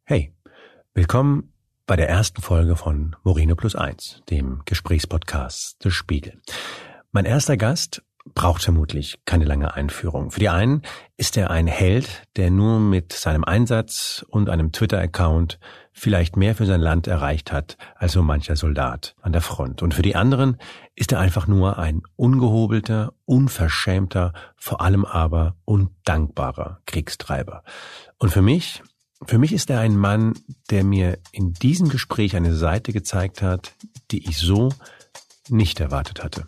Hey, willkommen bei der ersten Folge von Moreno Plus Eins, dem Gesprächspodcast des Spiegel. Mein erster Gast braucht vermutlich keine lange Einführung. Für die einen ist er ein Held, der nur mit seinem Einsatz und einem Twitter-Account vielleicht mehr für sein Land erreicht hat als so mancher Soldat an der Front. Und für die anderen ist er einfach nur ein ungehobelter, unverschämter, vor allem aber undankbarer Kriegstreiber. Und für mich ist er ein Mann, der mir in diesem Gespräch eine Seite gezeigt hat, die ich so nicht erwartet hatte.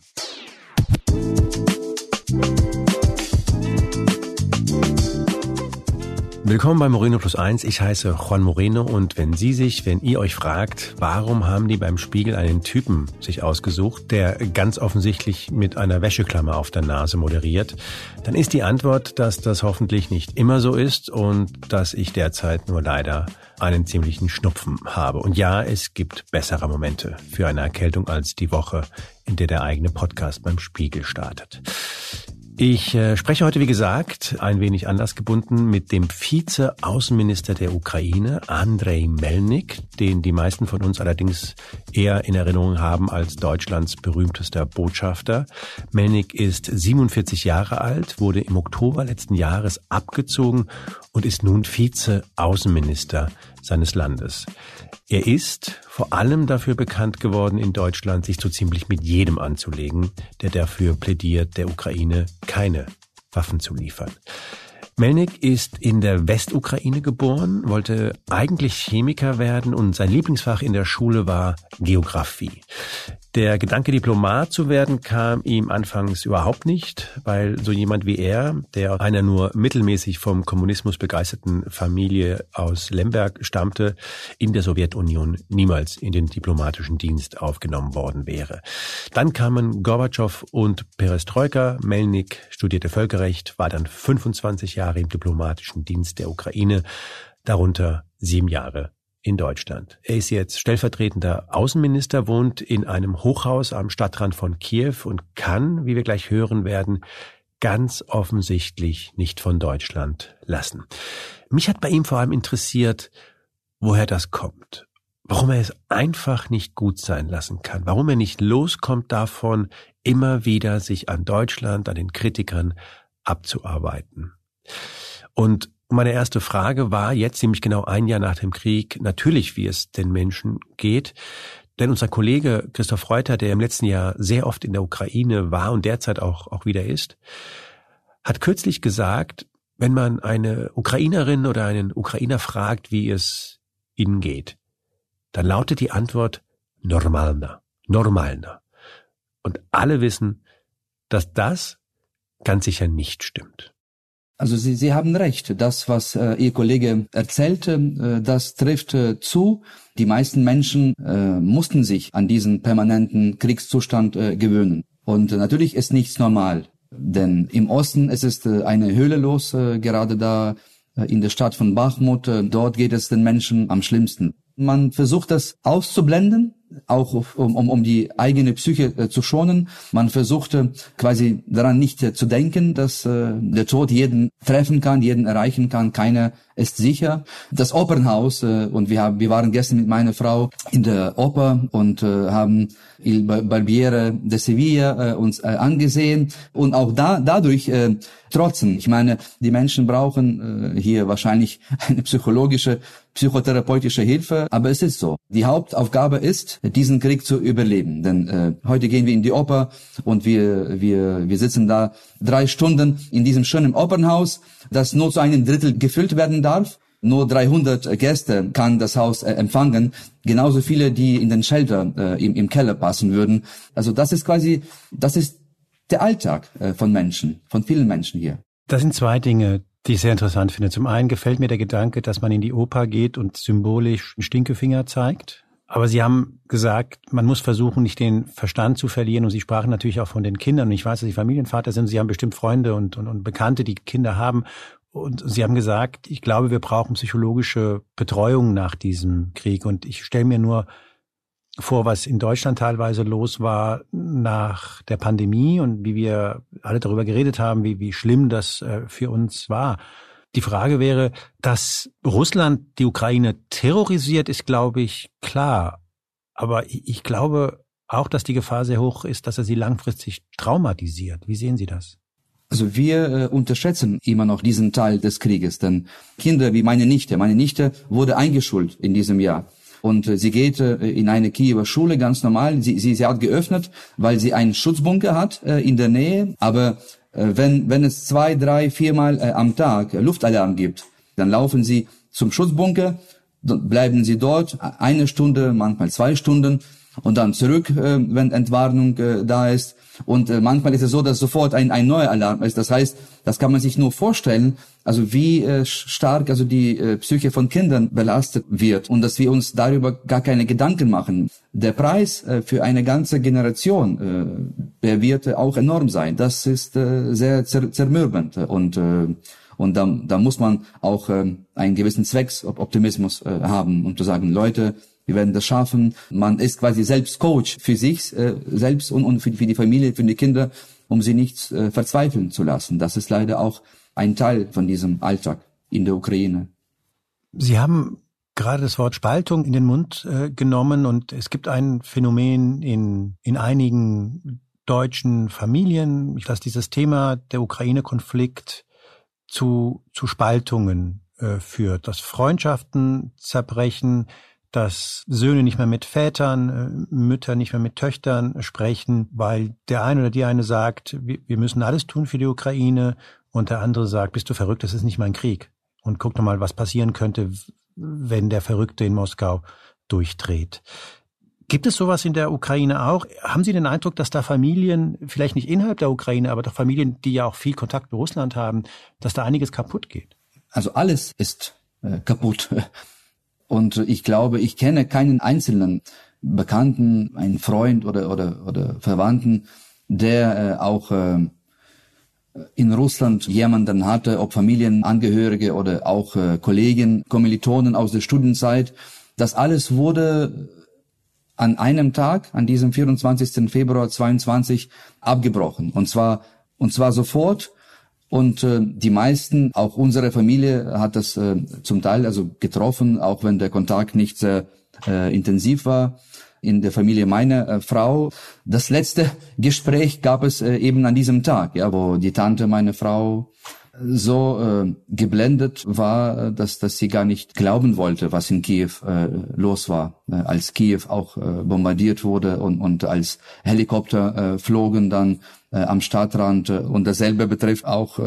Willkommen bei Moreno Plus Eins. Ich heiße Juan Moreno und wenn ihr euch fragt, warum haben die beim Spiegel einen Typen sich ausgesucht, der ganz offensichtlich mit einer Wäscheklammer auf der Nase moderiert, dann ist die Antwort, dass das hoffentlich nicht immer so ist und dass ich derzeit nur leider einen ziemlichen Schnupfen habe. Und ja, es gibt bessere Momente für eine Erkältung als die Woche, in der der eigene Podcast beim Spiegel startet. Ich spreche heute, wie gesagt, ein wenig anlassgebunden mit dem Vize-Außenminister der Ukraine, Andrej Melnik, den die meisten von uns allerdings eher in Erinnerung haben als Deutschlands berühmtester Botschafter. Melnik ist 47 Jahre alt, wurde im Oktober letzten Jahres abgezogen und ist nun Vize-Außenminister seines Landes. Er ist vor allem dafür bekannt geworden, in Deutschland sich so ziemlich mit jedem anzulegen, der dafür plädiert, der Ukraine keine Waffen zu liefern. Melnik ist in der Westukraine geboren, wollte eigentlich Chemiker werden und sein Lieblingsfach in der Schule war Geografie. Der Gedanke, Diplomat zu werden, kam ihm anfangs überhaupt nicht, weil so jemand wie er, der aus einer nur mittelmäßig vom Kommunismus begeisterten Familie aus Lemberg stammte, in der Sowjetunion niemals in den diplomatischen Dienst aufgenommen worden wäre. Dann kamen Gorbatschow und Perestroika. Melnik studierte Völkerrecht, war dann 25 Jahre im diplomatischen Dienst der Ukraine, darunter 7 Jahre in Deutschland. Er ist jetzt stellvertretender Außenminister, wohnt in einem Hochhaus am Stadtrand von Kiew und kann, wie wir gleich hören werden, ganz offensichtlich nicht von Deutschland lassen. Mich hat bei ihm vor allem interessiert, woher das kommt. Warum er es einfach nicht gut sein lassen kann. Warum er nicht loskommt davon, immer wieder sich an Deutschland, an den Kritikern abzuarbeiten. Und meine erste Frage war jetzt, ziemlich genau 1 Jahr nach dem Krieg, natürlich, wie es den Menschen geht. Denn unser Kollege Christoph Reuter, der im letzten Jahr sehr oft in der Ukraine war und derzeit auch wieder ist, hat kürzlich gesagt, wenn man eine Ukrainerin oder einen Ukrainer fragt, wie es ihnen geht, dann lautet die Antwort normalna. Und alle wissen, dass das ganz sicher nicht stimmt. Also Sie haben recht. Das, was Ihr Kollege erzählte, das trifft zu. Die meisten Menschen mussten sich an diesen permanenten Kriegszustand gewöhnen. Und natürlich ist nichts normal. Denn im Osten es ist eine Höhle los, gerade da in der Stadt von Bachmut. Dort geht es den Menschen am schlimmsten. Man versucht das auszublenden, auch um die eigene Psyche zu schonen. Man versucht quasi daran nicht zu denken, dass der Tod jeden treffen kann, jeden erreichen kann. Keiner ist sicher. Das Opernhaus, und wir waren gestern mit meiner Frau in der Oper und haben Il Barbiere de Sevilla uns angesehen und auch dadurch trotzen. Ich meine, die Menschen brauchen hier wahrscheinlich eine psychotherapeutische Hilfe, aber es ist so. Die Hauptaufgabe ist, diesen Krieg zu überleben. Denn heute gehen wir in die Oper und wir sitzen da 3 Stunden in diesem schönen Opernhaus, das nur zu einem Drittel gefüllt werden darf. Nur 300 Gäste kann das Haus empfangen, genauso viele, die in den Shelter im Keller passen würden. Also das ist der Alltag von Menschen, von vielen Menschen hier. Das sind 2 Dinge, die ich sehr interessant finde. Zum einen gefällt mir der Gedanke, dass man in die Oper geht und symbolisch einen Stinkefinger zeigt. Aber Sie haben gesagt, man muss versuchen, nicht den Verstand zu verlieren. Und Sie sprachen natürlich auch von den Kindern. Und ich weiß, dass Sie Familienvater sind. Sie haben bestimmt Freunde und Bekannte, die Kinder haben. Und Sie haben gesagt, ich glaube, wir brauchen psychologische Betreuung nach diesem Krieg. Und ich stelle mir nur vor, was in Deutschland teilweise los war nach der Pandemie und wie wir alle darüber geredet haben, wie schlimm das für uns war. Die Frage wäre, dass Russland die Ukraine terrorisiert, ist, glaube ich, klar. Aber ich glaube auch, dass die Gefahr sehr hoch ist, dass er sie langfristig traumatisiert. Wie sehen Sie das? Also wir unterschätzen immer noch diesen Teil des Krieges, denn Kinder wie meine Nichte wurde eingeschult in diesem Jahr. Und sie geht in eine Kiewer Schule ganz normal. Sie hat geöffnet, weil sie einen Schutzbunker hat in der Nähe. Aber wenn es 2, 3, 4 Mal am Tag Luftalarm gibt, dann laufen sie zum Schutzbunker, dann bleiben sie dort 1 Stunde, manchmal 2 Stunden und dann zurück, wenn Entwarnung da ist. Und manchmal ist es so, dass sofort ein neuer Alarm ist. Das heißt, das kann man sich nur vorstellen, also wie stark also die Psyche von Kindern belastet wird und dass wir uns darüber gar keine Gedanken machen. Der Preis für eine ganze Generation, der wird auch enorm sein. Das ist sehr zermürbend und da muss man auch einen gewissen Zwecksoptimismus haben und zu sagen, Leute, wir werden das schaffen. Man ist quasi selbst Coach für sich selbst und für die Familie, für die Kinder, um sie nicht verzweifeln zu lassen. Das ist leider auch ein Teil von diesem Alltag in der Ukraine. Sie haben gerade das Wort Spaltung in den Mund genommen und es gibt ein Phänomen in einigen deutschen Familien, dass dieses Thema der Ukraine-Konflikt zu Spaltungen führt, dass Freundschaften zerbrechen, dass Söhne nicht mehr mit Vätern, Mütter nicht mehr mit Töchtern sprechen, weil der eine oder die eine sagt, wir müssen alles tun für die Ukraine und der andere sagt, bist du verrückt, das ist nicht mein Krieg. Und guck doch mal, was passieren könnte, wenn der Verrückte in Moskau durchdreht. Gibt es sowas in der Ukraine auch? Haben Sie den Eindruck, dass da Familien, vielleicht nicht innerhalb der Ukraine, aber doch Familien, die ja auch viel Kontakt mit Russland haben, dass da einiges kaputt geht? Also alles ist kaputt. Und ich glaube, ich kenne keinen einzelnen Bekannten, einen Freund oder Verwandten, der auch in Russland jemanden hatte, ob Familienangehörige oder auch Kollegen, Kommilitonen aus der Studienzeit. Das alles wurde an einem Tag, an diesem 24. Februar 22, abgebrochen. Und zwar sofort. Und die meisten, auch unsere Familie, hat das zum Teil also getroffen, auch wenn der Kontakt nicht sehr intensiv war. In der Familie meiner Frau. Das letzte Gespräch gab es eben an diesem Tag, ja, wo die Tante meiner Frau so geblendet war, dass sie gar nicht glauben wollte, was in Kiew los war, als Kiew auch bombardiert wurde und als Helikopter flogen dann am Stadtrand. Und dasselbe betrifft auch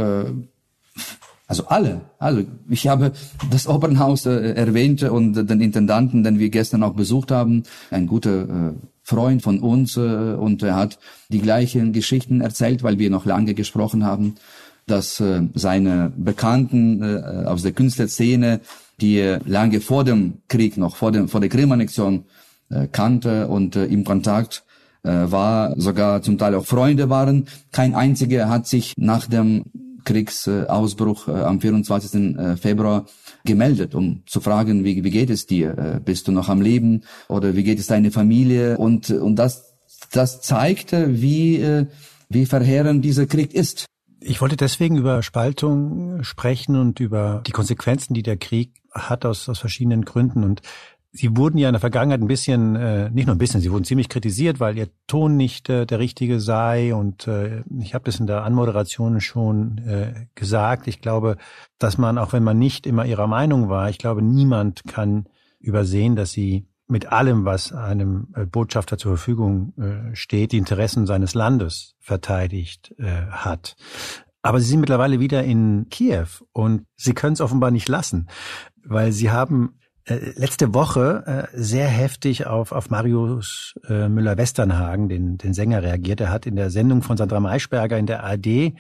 also alle. Also ich habe das Opernhaus erwähnt und den Intendanten, den wir gestern auch besucht haben, ein guter Freund von uns, und er hat die gleichen Geschichten erzählt, weil wir noch lange gesprochen haben, dass seine Bekannten aus der Künstlerszene, die lange vor dem Krieg noch, vor der Krim-Annexion kannte und im Kontakt war, sogar zum Teil auch Freunde waren. Kein einziger hat sich nach dem Kriegsausbruch am 24. Februar gemeldet, um zu fragen, wie geht es dir? Bist du noch am Leben? Oder wie geht es deiner Familie? Und das zeigte, wie verheerend dieser Krieg ist. Ich wollte deswegen über Spaltung sprechen und über die Konsequenzen, die der Krieg hat aus verschiedenen Gründen. Und Sie wurden ja in der Vergangenheit ein bisschen, nicht nur ein bisschen, Sie wurden ziemlich kritisiert, weil Ihr Ton nicht der richtige sei. Und ich habe das in der Anmoderation schon gesagt. Ich glaube, dass man, auch wenn man nicht immer Ihrer Meinung war, ich glaube, niemand kann übersehen, dass Sie mit allem, was einem Botschafter zur Verfügung steht, die Interessen seines Landes verteidigt hat. Aber Sie sind mittlerweile wieder in Kiew und Sie können es offenbar nicht lassen, weil Sie haben letzte Woche sehr heftig auf Marius Müller-Westernhagen, den Sänger, reagiert. Er hat in der Sendung von Sandra Maischberger in der ARD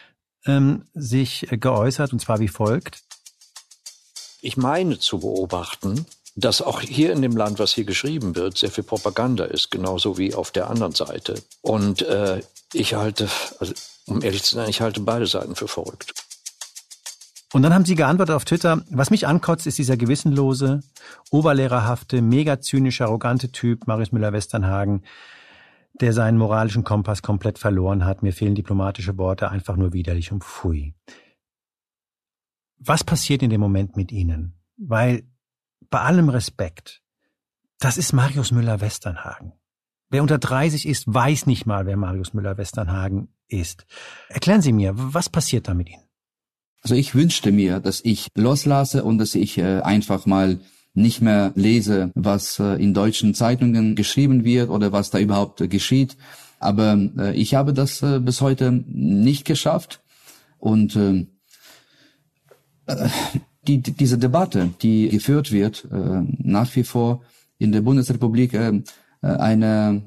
sich geäußert, und zwar wie folgt. Ich meine zu beobachten, dass auch hier in dem Land, was hier geschrieben wird, sehr viel Propaganda ist, genauso wie auf der anderen Seite. Und ich halte, also um ehrlich zu sein, ich halte beide Seiten für verrückt. Und dann haben Sie geantwortet auf Twitter, was mich ankotzt, ist dieser gewissenlose, oberlehrerhafte, mega zynische, arrogante Typ, Marius Müller-Westernhagen, der seinen moralischen Kompass komplett verloren hat. Mir fehlen diplomatische Worte, einfach nur widerlich und pfui. was passiert in dem Moment mit Ihnen? Weil bei allem Respekt, das ist Marius Müller-Westernhagen. Wer unter 30 ist, weiß nicht mal, wer Marius Müller-Westernhagen ist. Erklären Sie mir, was passiert da mit Ihnen? Also ich wünschte mir, dass ich loslasse und dass ich einfach mal nicht mehr lese, was in deutschen Zeitungen geschrieben wird oder was da überhaupt geschieht. Aber ich habe das bis heute nicht geschafft. Und diese Debatte, die geführt wird, nach wie vor in der Bundesrepublik eine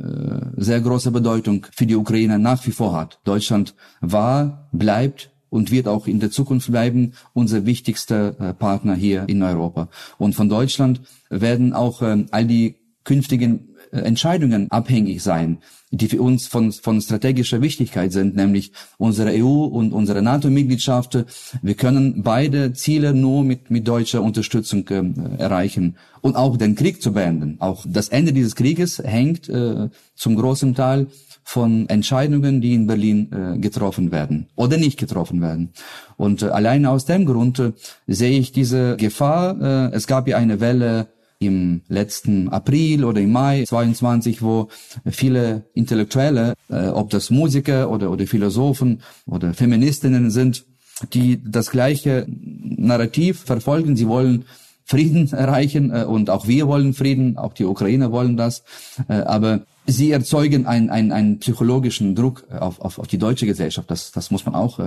sehr große Bedeutung für die Ukraine nach wie vor hat. Deutschland war, bleibt und wird auch in der Zukunft bleiben unser wichtigster Partner hier in Europa. Und von Deutschland werden auch all die künftigen Entscheidungen abhängig sein, die für uns von strategischer Wichtigkeit sind, nämlich unsere EU und unsere NATO-Mitgliedschaft. Wir können beide Ziele nur mit deutscher Unterstützung erreichen und auch den Krieg zu beenden. Auch das Ende dieses Krieges hängt zum großen Teil von Entscheidungen, die in Berlin getroffen werden oder nicht getroffen werden. Und allein aus dem Grund sehe ich diese Gefahr. Es gab ja eine Welle im letzten April oder im Mai 22, wo viele Intellektuelle, ob das Musiker oder Philosophen oder Feministinnen sind, die das gleiche Narrativ verfolgen. Sie wollen Frieden erreichen und auch wir wollen Frieden, auch die Ukrainer wollen das. Aber sie erzeugen einen psychologischen Druck auf die deutsche Gesellschaft. Das muss man auch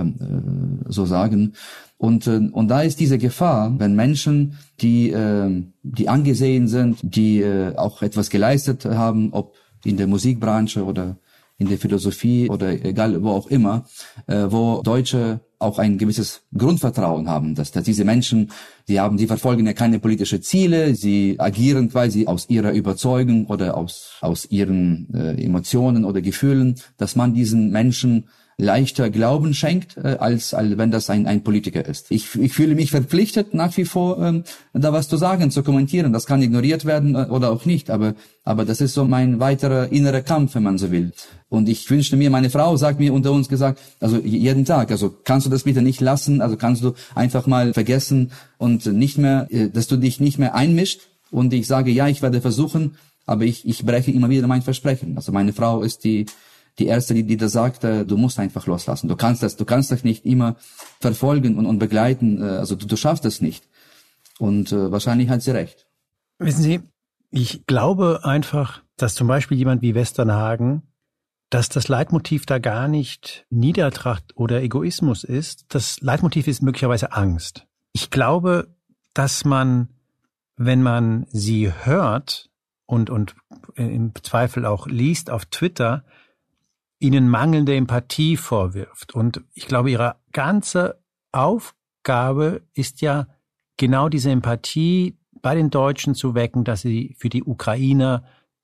so sagen. Und da ist diese Gefahr, wenn Menschen, die angesehen sind, die auch etwas geleistet haben, ob in der Musikbranche oder in der Philosophie oder egal wo auch immer, wo Deutsche auch ein gewisses Grundvertrauen haben, dass diese Menschen, die verfolgen ja keine politische Ziele, sie agieren quasi aus ihrer Überzeugung oder aus ihren Emotionen oder Gefühlen, dass man diesen Menschen leichter Glauben schenkt, als wenn das ein Politiker ist. Ich fühle mich verpflichtet, nach wie vor da was zu sagen, zu kommentieren. Das kann ignoriert werden oder auch nicht, aber das ist so mein weiterer innerer Kampf, wenn man so will. Und ich wünschte mir, meine Frau sagt mir unter uns gesagt, also jeden Tag, also kannst du das bitte nicht lassen, also kannst du einfach mal vergessen und nicht mehr, dass du dich nicht mehr einmischt. Und ich sage, ja, ich werde versuchen, aber ich breche immer wieder mein Versprechen. Also meine Frau ist die erste, die das sagt, du musst einfach loslassen. Du kannst das nicht immer verfolgen und begleiten. Also du schaffst das nicht. Und wahrscheinlich hat sie recht. Wissen Sie, ich glaube einfach, dass zum Beispiel jemand wie Westernhagen, dass das Leitmotiv da gar nicht Niedertracht oder Egoismus ist. Das Leitmotiv ist möglicherweise Angst. Ich glaube, dass man, wenn man sie hört und im Zweifel auch liest auf Twitter, ihnen mangelnde Empathie vorwirft. Und ich glaube, ihre ganze Aufgabe ist ja genau diese Empathie bei den Deutschen zu wecken, dass sie für die Ukrainer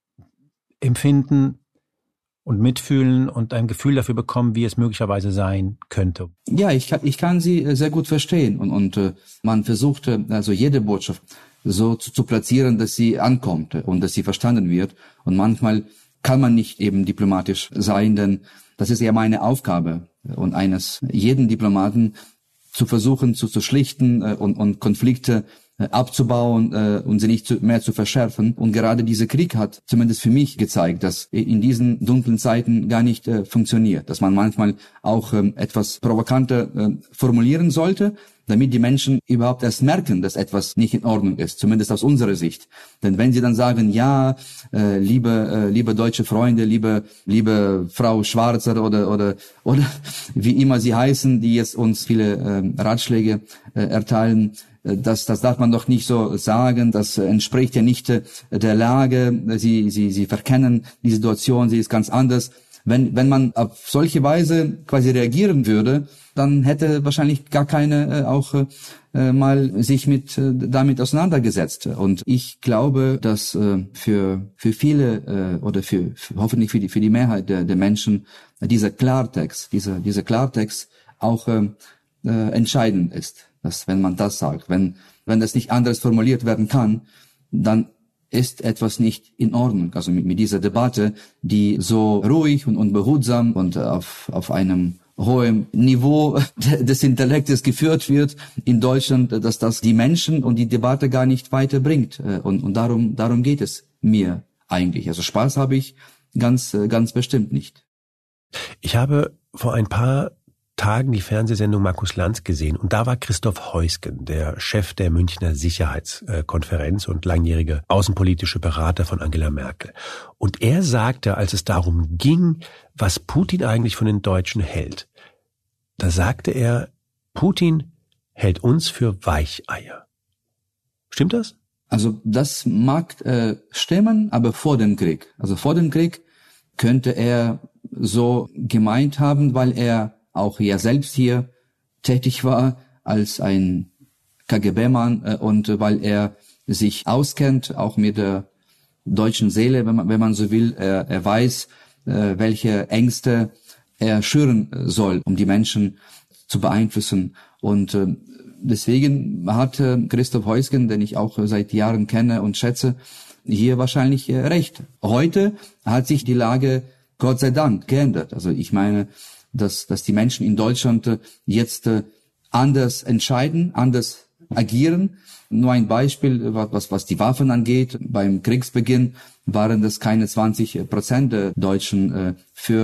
empfinden und mitfühlen und ein Gefühl dafür bekommen, wie es möglicherweise sein könnte. Ja, ich kann sie sehr gut verstehen und man versucht also jede Botschaft so zu platzieren, dass sie ankommt und dass sie verstanden wird. Und manchmal kann man nicht eben diplomatisch sein, denn das ist ja meine Aufgabe und eines jeden Diplomaten, zu versuchen zu schlichten und Konflikte abzubauen und sie nicht mehr zu verschärfen. Und gerade dieser Krieg hat zumindest für mich gezeigt, dass in diesen dunklen Zeiten gar nicht funktioniert, dass man manchmal auch etwas provokanter formulieren sollte, damit die Menschen überhaupt erst merken, dass etwas nicht in Ordnung ist, zumindest aus unserer Sicht. Denn wenn sie dann sagen, ja, liebe deutsche Freunde, liebe Frau Schwarzer oder wie immer sie heißen, die jetzt uns viele Ratschläge erteilen, das darf man doch nicht so sagen, das entspricht ja nicht der Lage, sie verkennen die Situation, sie ist ganz anders. Wenn man auf solche Weise quasi reagieren würde, dann hätte wahrscheinlich gar keine auch mal sich damit auseinandergesetzt. Und ich glaube, dass für viele oder für hoffentlich für die Mehrheit der Menschen dieser Klartext auch entscheidend ist. Dass wenn man das sagt, wenn das nicht anders formuliert werden kann, dann ist etwas nicht in Ordnung. Also mit dieser Debatte, die so ruhig und behutsam und auf einem hohem Niveau des Intellektes geführt wird in Deutschland, dass das die Menschen und die Debatte gar nicht weiterbringt. Und darum geht es mir eigentlich. Also Spaß habe ich ganz bestimmt nicht. Ich habe vor ein paar Tagen die Fernsehsendung Markus Lanz gesehen und da war Christoph Heusgen, der Chef der Münchner Sicherheitskonferenz und langjährige außenpolitische Berater von Angela Merkel. Und er sagte, als es darum ging, was Putin eigentlich von den Deutschen hält, da sagte er, Putin hält uns für Weicheier. Stimmt das? Also das mag stimmen, aber vor dem Krieg. Also vor dem Krieg könnte er so gemeint haben, weil er auch ja selbst hier tätig war als ein KGB-Mann und weil er sich auskennt, auch mit der deutschen Seele, wenn man so will. Er weiß, welche Ängste er schüren soll, um die Menschen zu beeinflussen. Und deswegen hat Christoph Heusgen, den ich auch seit Jahren kenne und schätze, hier wahrscheinlich recht. Heute hat sich die Lage Gott sei Dank geändert. Also ich meine, dass die Menschen in Deutschland jetzt anders entscheiden, anders agieren. Nur ein Beispiel, was die Waffen angeht. Beim Kriegsbeginn waren das keine 20% der Deutschen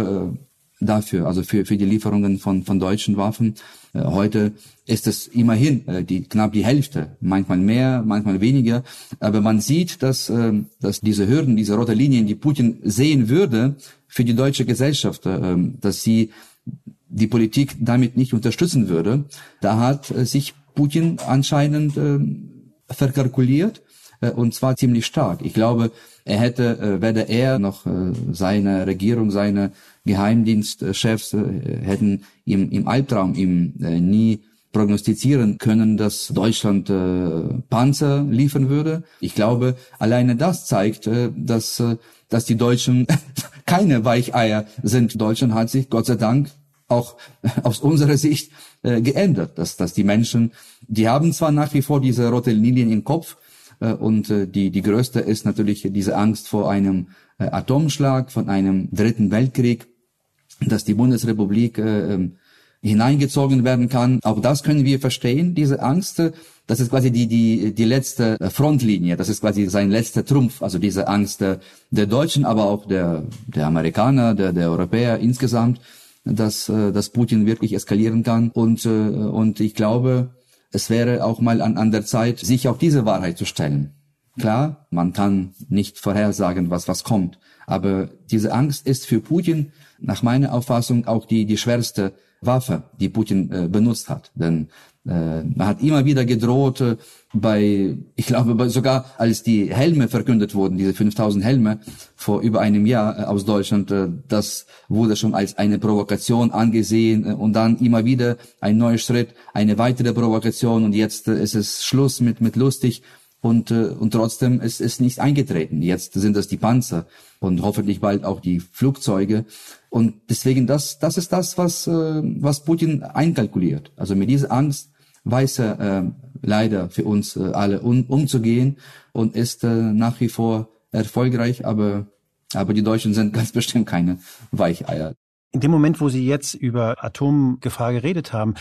dafür, also für die Lieferungen von deutschen Waffen. Heute ist es immerhin knapp die Hälfte, manchmal mehr, manchmal weniger. Aber man sieht, dass diese Hürden, diese rote Linien, die Putin sehen würde für die deutsche Gesellschaft, dass sie die Politik damit nicht unterstützen würde. Da hat sich Putin anscheinend verkalkuliert, und zwar ziemlich stark. Ich glaube, werde er noch seine Regierung, seine Geheimdienstchefs hätten im Albtraum nie prognostizieren können, dass Deutschland Panzer liefern würde. Ich glaube, alleine das zeigt, dass die Deutschen keine Weicheier sind. Deutschland hat sich, Gott sei Dank, auch aus unserer Sicht geändert, dass die Menschen, die haben zwar nach wie vor diese rote Linien im Kopf, und die größte ist natürlich diese Angst vor einem Atomschlag, von einem dritten Weltkrieg, dass die Bundesrepublik hineingezogen werden kann. Auch das können wir verstehen, diese Angst. Das ist quasi die letzte Frontlinie, das ist quasi sein letzter Trumpf, also diese Angst der Deutschen, aber auch der Amerikaner, der Europäer insgesamt, dass Putin wirklich eskalieren kann. Und ich glaube, es wäre auch mal an der Zeit, sich auf diese Wahrheit zu stellen. Klar, man kann nicht vorhersagen, was kommt. Aber diese Angst ist für Putin nach meiner Auffassung auch die schwerste Waffe, die Putin benutzt hat. Denn man hat immer wieder gedroht, ich glaube sogar als die Helme verkündet wurden, diese 5000 Helme vor über einem Jahr aus Deutschland, das wurde schon als eine Provokation angesehen und dann immer wieder ein neuer Schritt, eine weitere Provokation und jetzt ist es Schluss mit lustig und trotzdem ist es nicht eingetreten. Jetzt sind es die Panzer und hoffentlich bald auch die Flugzeuge und deswegen das ist das, was Putin einkalkuliert. Also mit dieser Angst weiß er leider für uns alle umzugehen und ist nach wie vor erfolgreich, aber die Deutschen sind ganz bestimmt keine Weicheier. In dem Moment, wo Sie jetzt über Atomgefahr geredet haben,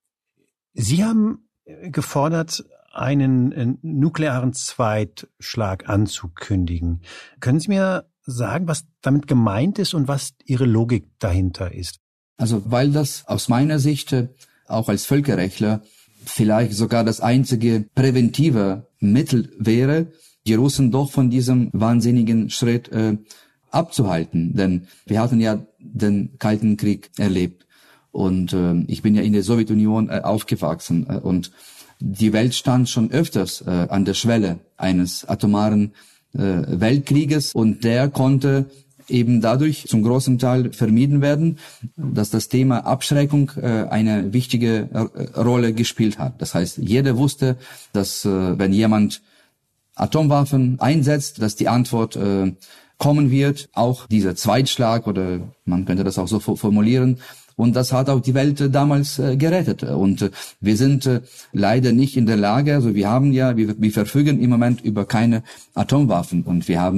Sie haben gefordert, einen nuklearen Zweitschlag anzukündigen. Können Sie mir sagen, was damit gemeint ist und was Ihre Logik dahinter ist? Also weil das aus meiner Sicht auch als Völkerrechtler vielleicht sogar das einzige präventive Mittel wäre, die Russen doch von diesem wahnsinnigen Schritt abzuhalten. Denn wir hatten ja den Kalten Krieg erlebt und ich bin ja in der Sowjetunion aufgewachsen und die Welt stand schon öfters an der Schwelle eines atomaren Weltkrieges und der konnte eben dadurch zum großen Teil vermieden werden, dass das Thema Abschreckung eine wichtige Rolle gespielt hat. Das heißt, jeder wusste, dass wenn jemand Atomwaffen einsetzt, dass die Antwort kommen wird, auch dieser Zweitschlag oder man könnte das auch so formulieren. Und das hat auch die Welt damals gerettet. Und wir sind leider nicht in der Lage, also wir verfügen im Moment über keine Atomwaffen und wir haben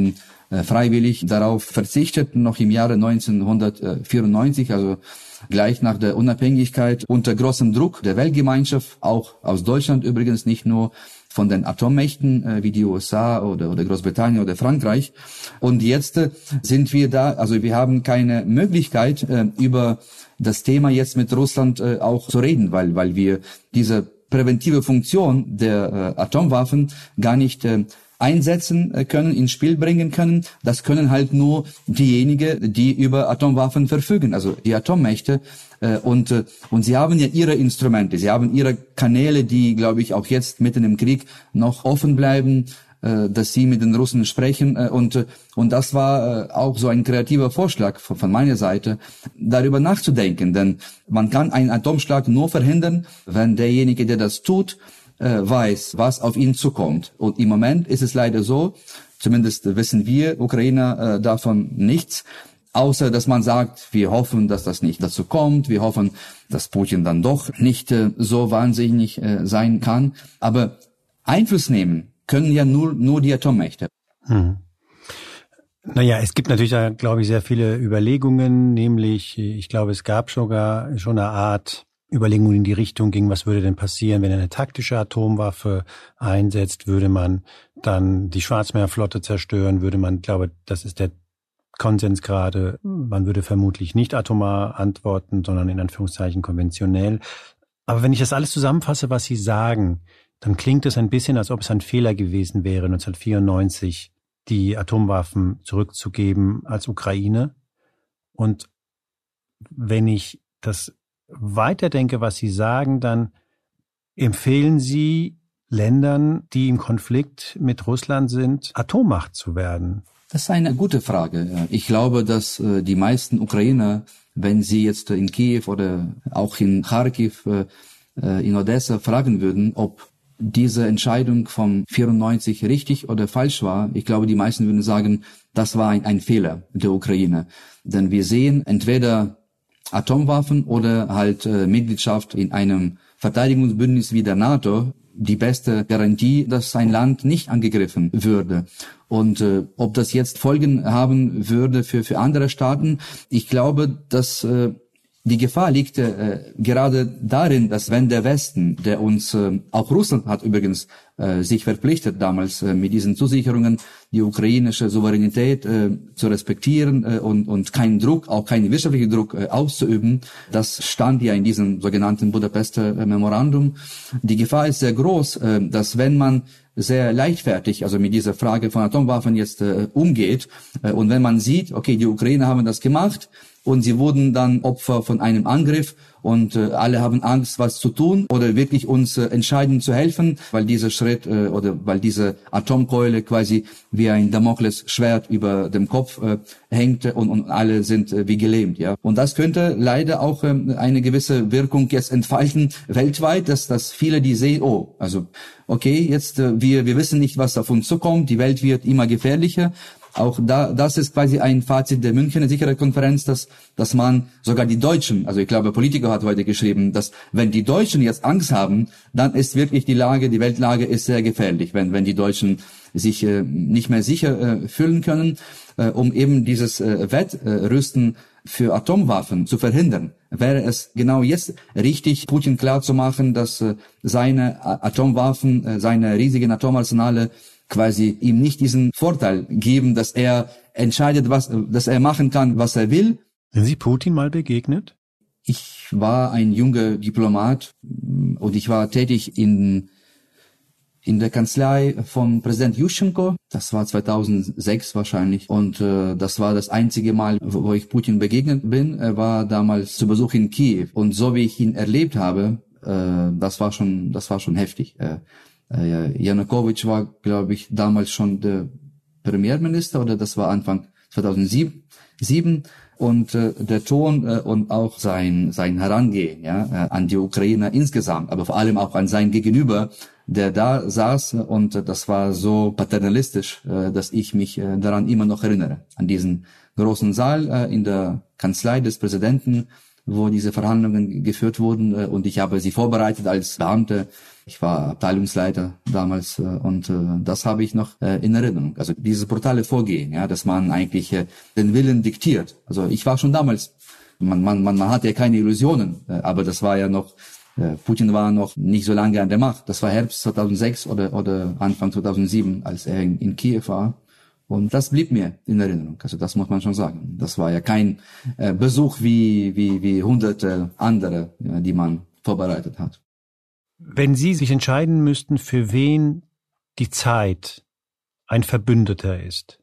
freiwillig darauf verzichtet, noch im Jahre 1994, also gleich nach der Unabhängigkeit, unter großem Druck der Weltgemeinschaft, auch aus Deutschland übrigens, nicht nur von den Atommächten wie die USA oder Großbritannien oder Frankreich. Und jetzt sind wir da, also wir haben keine Möglichkeit, über das Thema jetzt mit Russland auch zu reden, weil wir diese präventive Funktion der Atomwaffen gar nicht einsetzen können, ins Spiel bringen können. Das können halt nur diejenigen, die über Atomwaffen verfügen, also die Atommächte. Und sie haben ja ihre Instrumente, sie haben ihre Kanäle, die, glaube ich, auch jetzt mitten im Krieg noch offen bleiben, dass sie mit den Russen sprechen. Und das war auch so ein kreativer Vorschlag von meiner Seite, darüber nachzudenken. Denn man kann einen Atomschlag nur verhindern, wenn derjenige, der das tut, weiß, was auf ihn zukommt. Und im Moment ist es leider so, zumindest wissen wir Ukrainer davon nichts, außer dass man sagt, wir hoffen, dass das nicht dazu kommt, wir hoffen, dass Putin dann doch nicht so wahnsinnig sein kann. Aber Einfluss nehmen können ja nur die Atommächte. Naja, es gibt natürlich da, glaube ich, sehr viele Überlegungen, nämlich, ich glaube, es gab sogar schon eine Art Überlegungen in die Richtung ging, was würde denn passieren, wenn er eine taktische Atomwaffe einsetzt, würde man dann die Schwarzmeerflotte zerstören, würde man, glaube, das ist der Konsens gerade, man würde vermutlich nicht atomar antworten, sondern in Anführungszeichen konventionell. Aber wenn ich das alles zusammenfasse, was Sie sagen, dann klingt es ein bisschen, als ob es ein Fehler gewesen wäre, 1994 die Atomwaffen zurückzugeben als Ukraine. Und wenn ich das weiterdenke, was Sie sagen, dann empfehlen Sie Ländern, die im Konflikt mit Russland sind, Atommacht zu werden. Das ist eine gute Frage. Ich glaube, dass die meisten Ukrainer, wenn sie jetzt in Kiew oder auch in Kharkiv, in Odessa fragen würden, ob diese Entscheidung vom 94 richtig oder falsch war, ich glaube, die meisten würden sagen, das war ein Fehler der Ukraine. Denn wir sehen entweder Atomwaffen oder halt Mitgliedschaft in einem Verteidigungsbündnis wie der NATO, die beste Garantie, dass ein Land nicht angegriffen würde. Und ob das jetzt Folgen haben würde für andere Staaten, ich glaube, dass die Gefahr liegt gerade darin, dass wenn der Westen, der uns, auch Russland hat übrigens sich verpflichtet damals mit diesen Zusicherungen, die ukrainische Souveränität zu respektieren und keinen Druck, auch keinen wirtschaftlichen Druck auszuüben, das stand ja in diesem sogenannten Budapester Memorandum. Die Gefahr ist sehr groß, dass wenn man sehr leichtfertig, also mit dieser Frage von Atomwaffen jetzt umgeht und wenn man sieht, okay, die Ukrainer haben das gemacht, und sie wurden dann Opfer von einem Angriff und alle haben Angst, was zu tun oder wirklich uns entscheidend zu helfen, weil dieser Schritt oder weil diese Atomkeule quasi wie ein Damoklesschwert über dem Kopf hängt und alle sind wie gelähmt, ja. Und das könnte leider auch eine gewisse Wirkung jetzt entfalten weltweit, dass viele die sehen, oh, also okay, jetzt wir wissen nicht, was auf uns zukommt, die Welt wird immer gefährlicher. Auch das ist quasi ein Fazit der Münchner Sicherheitskonferenz, dass man sogar die Deutschen, also ich glaube, Politiker hat heute geschrieben, dass wenn die Deutschen jetzt Angst haben, dann ist wirklich die Weltlage ist sehr gefährlich, wenn die Deutschen sich nicht mehr sicher fühlen können, um eben dieses Wettrüsten für Atomwaffen zu verhindern. Wäre es genau jetzt richtig, Putin klar zu machen, dass seine Atomwaffen, seine riesigen Atomarsenale quasi ihm nicht diesen Vorteil geben, dass er entscheidet, dass er machen kann, was er will. Sind Sie Putin mal begegnet? Ich war ein junger Diplomat und ich war tätig in der Kanzlei von Präsident Juschenko. Das war 2006 wahrscheinlich. Und das war das einzige Mal, wo ich Putin begegnet bin. Er war damals zu Besuch in Kiew. Und so wie ich ihn erlebt habe, das war schon heftig. Janukowitsch war, glaube ich, damals schon der Premierminister oder das war Anfang 2007 und der Ton und auch sein Herangehen an die Ukrainer insgesamt, aber vor allem auch an sein Gegenüber, der da saß und das war so paternalistisch, dass ich mich daran immer noch erinnere, an diesen großen Saal in der Kanzlei des Präsidenten, wo diese Verhandlungen geführt wurden und ich habe sie vorbereitet als Beamte Ich war Abteilungsleiter damals und das habe ich noch in Erinnerung. Also dieses brutale Vorgehen, ja, dass man eigentlich den Willen diktiert. Also ich war schon damals, man hat ja keine Illusionen, aber das war ja noch, Putin war noch nicht so lange an der Macht. Das war Herbst 2006 oder Anfang 2007, als er in Kiew war. Und das blieb mir in Erinnerung. Also das muss man schon sagen. Das war ja kein Besuch wie hunderte andere, ja, die man vorbereitet hat. Wenn Sie sich entscheiden müssten, für wen die Zeit ein Verbündeter ist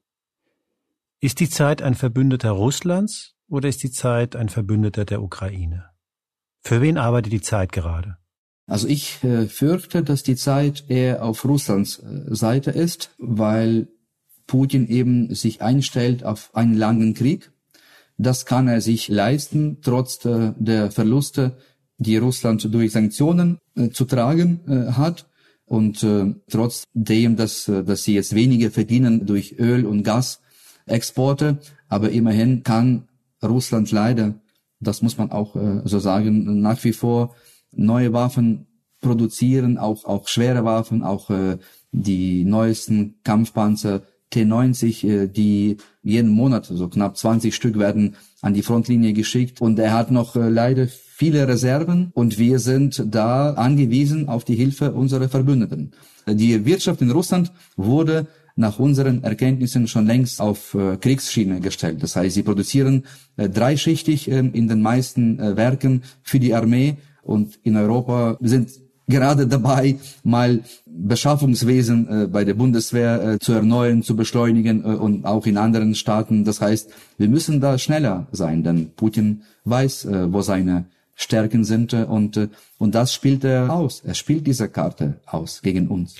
die Zeit ein Verbündeter Russlands oder ist die Zeit ein Verbündeter der Ukraine? Für wen arbeitet die Zeit gerade? Also ich fürchte, dass die Zeit eher auf Russlands Seite ist, weil Putin eben sich einstellt auf einen langen Krieg. Das kann er sich leisten, trotz der Verluste, die Russland durch Sanktionen zu tragen hat. Und trotzdem, dass sie jetzt weniger verdienen durch Öl- und Gasexporte. Aber immerhin kann Russland leider, das muss man auch so sagen, nach wie vor neue Waffen produzieren, auch schwere Waffen, auch die neuesten Kampfpanzer T-90, die jeden Monat, so knapp 20 Stück, werden an die Frontlinie geschickt. Und er hat noch leider viele Reserven und wir sind da angewiesen auf die Hilfe unserer Verbündeten. Die Wirtschaft in Russland wurde nach unseren Erkenntnissen schon längst auf Kriegsschiene gestellt. Das heißt, sie produzieren dreischichtig in den meisten Werken für die Armee und in Europa sind gerade dabei, mal Beschaffungswesen bei der Bundeswehr zu erneuern, zu beschleunigen und auch in anderen Staaten. Das heißt, wir müssen da schneller sein, denn Putin weiß, wo seine Stärken sind und das spielt er aus. Er spielt diese Karte aus gegen uns.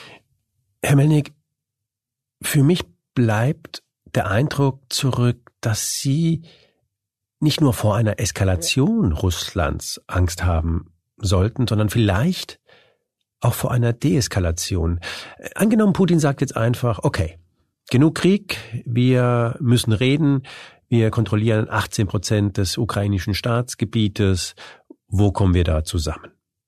Herr Melnick, für mich bleibt der Eindruck zurück, dass Sie nicht nur vor einer Eskalation Russlands Angst haben sollten, sondern vielleicht auch vor einer Deeskalation. Angenommen, Putin sagt jetzt einfach, okay, genug Krieg, wir müssen reden, wir kontrollieren 18% des ukrainischen Staatsgebietes, wo kommen wir da zusammen?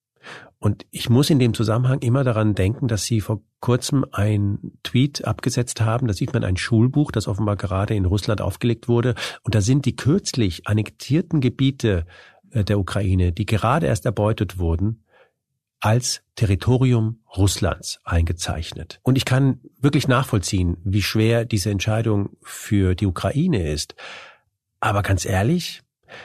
Und ich muss in dem Zusammenhang immer daran denken, dass Sie vor kurzem ein Tweet abgesetzt haben. Da sieht man ein Schulbuch, das offenbar gerade in Russland aufgelegt wurde. Und da sind die kürzlich annektierten Gebiete der Ukraine, die gerade erst erbeutet wurden, als Territorium Russlands eingezeichnet. Und ich kann wirklich nachvollziehen, wie schwer diese Entscheidung für die Ukraine ist. Aber ganz ehrlich,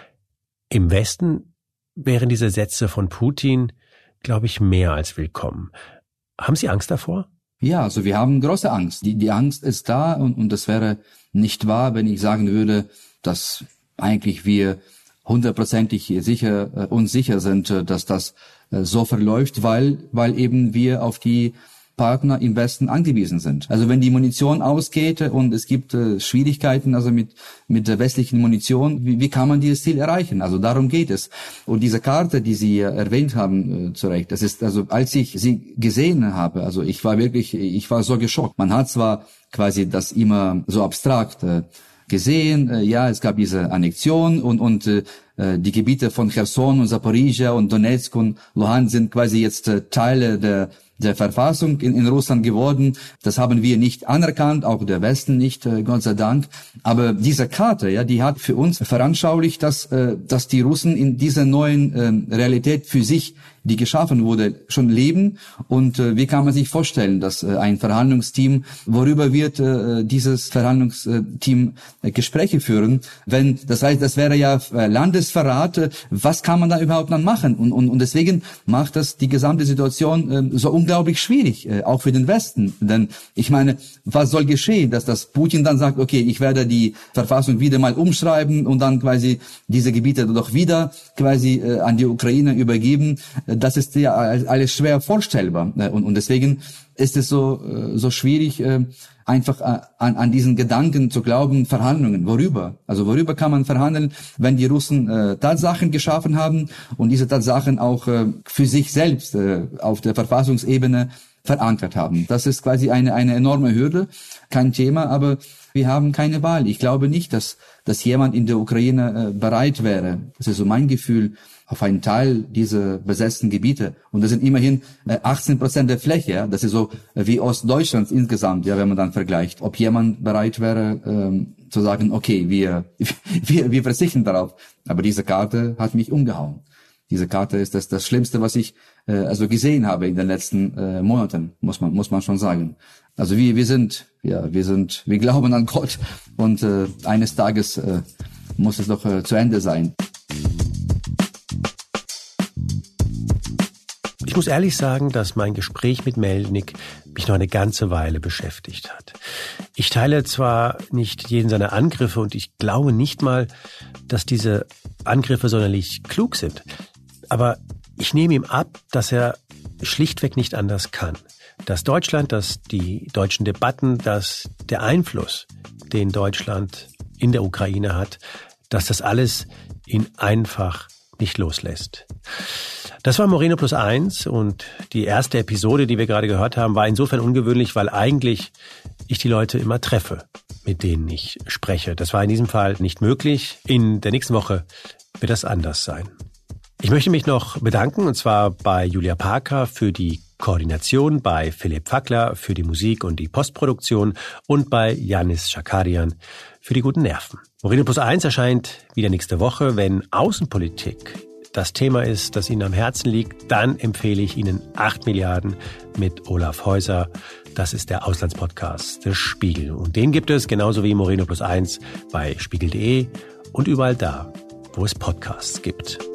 im Westen wären diese Sätze von Putin, glaube ich, mehr als willkommen. Haben Sie Angst davor? Ja, also wir haben große Angst. Die Angst ist da und das wäre nicht wahr, wenn ich sagen würde, dass eigentlich wir hundertprozentig sicher sind, dass das so verläuft, weil eben wir auf die Partner im Westen angewiesen sind. Also wenn die Munition ausgeht und es gibt Schwierigkeiten also mit der westlichen Munition, wie kann man dieses Ziel erreichen? Also darum geht es. Und diese Karte, die Sie erwähnt haben, zu Recht, das ist also, als ich sie gesehen habe, also ich war so geschockt. Man hat zwar quasi das immer so abstrakt gesehen, ja, es gab diese Annexion und die Gebiete von Cherson und Zaporizhia und Donetsk und Luhansk sind quasi jetzt Teile der Verfassung in Russland geworden. Das haben wir nicht anerkannt, auch der Westen nicht, Gott sei Dank. Aber diese Karte, ja, die hat für uns veranschaulicht, dass die Russen in dieser neuen Realität für sich, die geschaffen wurde, schon leben. Und wie kann man sich vorstellen, dass ein Verhandlungsteam, worüber wird dieses Verhandlungsteam Gespräche führen? Das heißt, das wäre ja Landesverrat. Was kann man da überhaupt dann machen? Und deswegen macht das die gesamte Situation so unglaublich schwierig, auch für den Westen. Denn ich meine, was soll geschehen, dass das Putin dann sagt, okay, ich werde die Verfassung wieder mal umschreiben und dann quasi diese Gebiete doch wieder quasi an die Ukraine übergeben. Das ist ja alles schwer vorstellbar. Und deswegen ist es so schwierig, einfach an diesen Gedanken zu glauben, Verhandlungen. Worüber? Also worüber kann man verhandeln, wenn die Russen Tatsachen geschaffen haben und diese Tatsachen auch für sich selbst auf der Verfassungsebene verankert haben. Das ist quasi eine enorme Hürde, kein Thema, aber wir haben keine Wahl. Ich glaube nicht, dass jemand in der Ukraine bereit wäre, das ist so mein Gefühl, auf einen Teil dieser besetzten Gebiete. Und das sind immerhin 18% der Fläche. Ja? Das ist so wie Ostdeutschland insgesamt, ja, wenn man dann vergleicht. Ob jemand bereit wäre, zu sagen, okay, wir verzichten darauf. Aber diese Karte hat mich umgehauen. Diese Karte ist das Schlimmste, was ich gesehen habe in den letzten Monaten, muss man schon sagen. Also wir glauben an Gott und eines Tages muss es doch zu Ende sein. Ich muss ehrlich sagen, dass mein Gespräch mit Melnik mich noch eine ganze Weile beschäftigt hat. Ich teile zwar nicht jeden seiner Angriffe und ich glaube nicht mal, dass diese Angriffe sonderlich klug sind, aber ich nehme ihm ab, dass er schlichtweg nicht anders kann. Dass Deutschland, dass die deutschen Debatten, dass der Einfluss, den Deutschland in der Ukraine hat, dass das alles ihn einfach nicht loslässt. Das war Moreno Plus 1 und die erste Episode, die wir gerade gehört haben, war insofern ungewöhnlich, weil eigentlich ich die Leute immer treffe, mit denen ich spreche. Das war in diesem Fall nicht möglich. In der nächsten Woche wird das anders sein. Ich möchte mich noch bedanken, und zwar bei Julia Parker für die Koordination, bei Philipp Fackler für die Musik und die Postproduktion und bei Yannis Schakarian für die guten Nerven. Moreno Plus 1 erscheint wieder nächste Woche. Wenn Außenpolitik das Thema ist, das Ihnen am Herzen liegt, dann empfehle ich Ihnen 8 Milliarden mit Olaf Häuser. Das ist der Auslandspodcast des Spiegel. Und den gibt es genauso wie Moreno Plus 1 bei spiegel.de und überall da, wo es Podcasts gibt.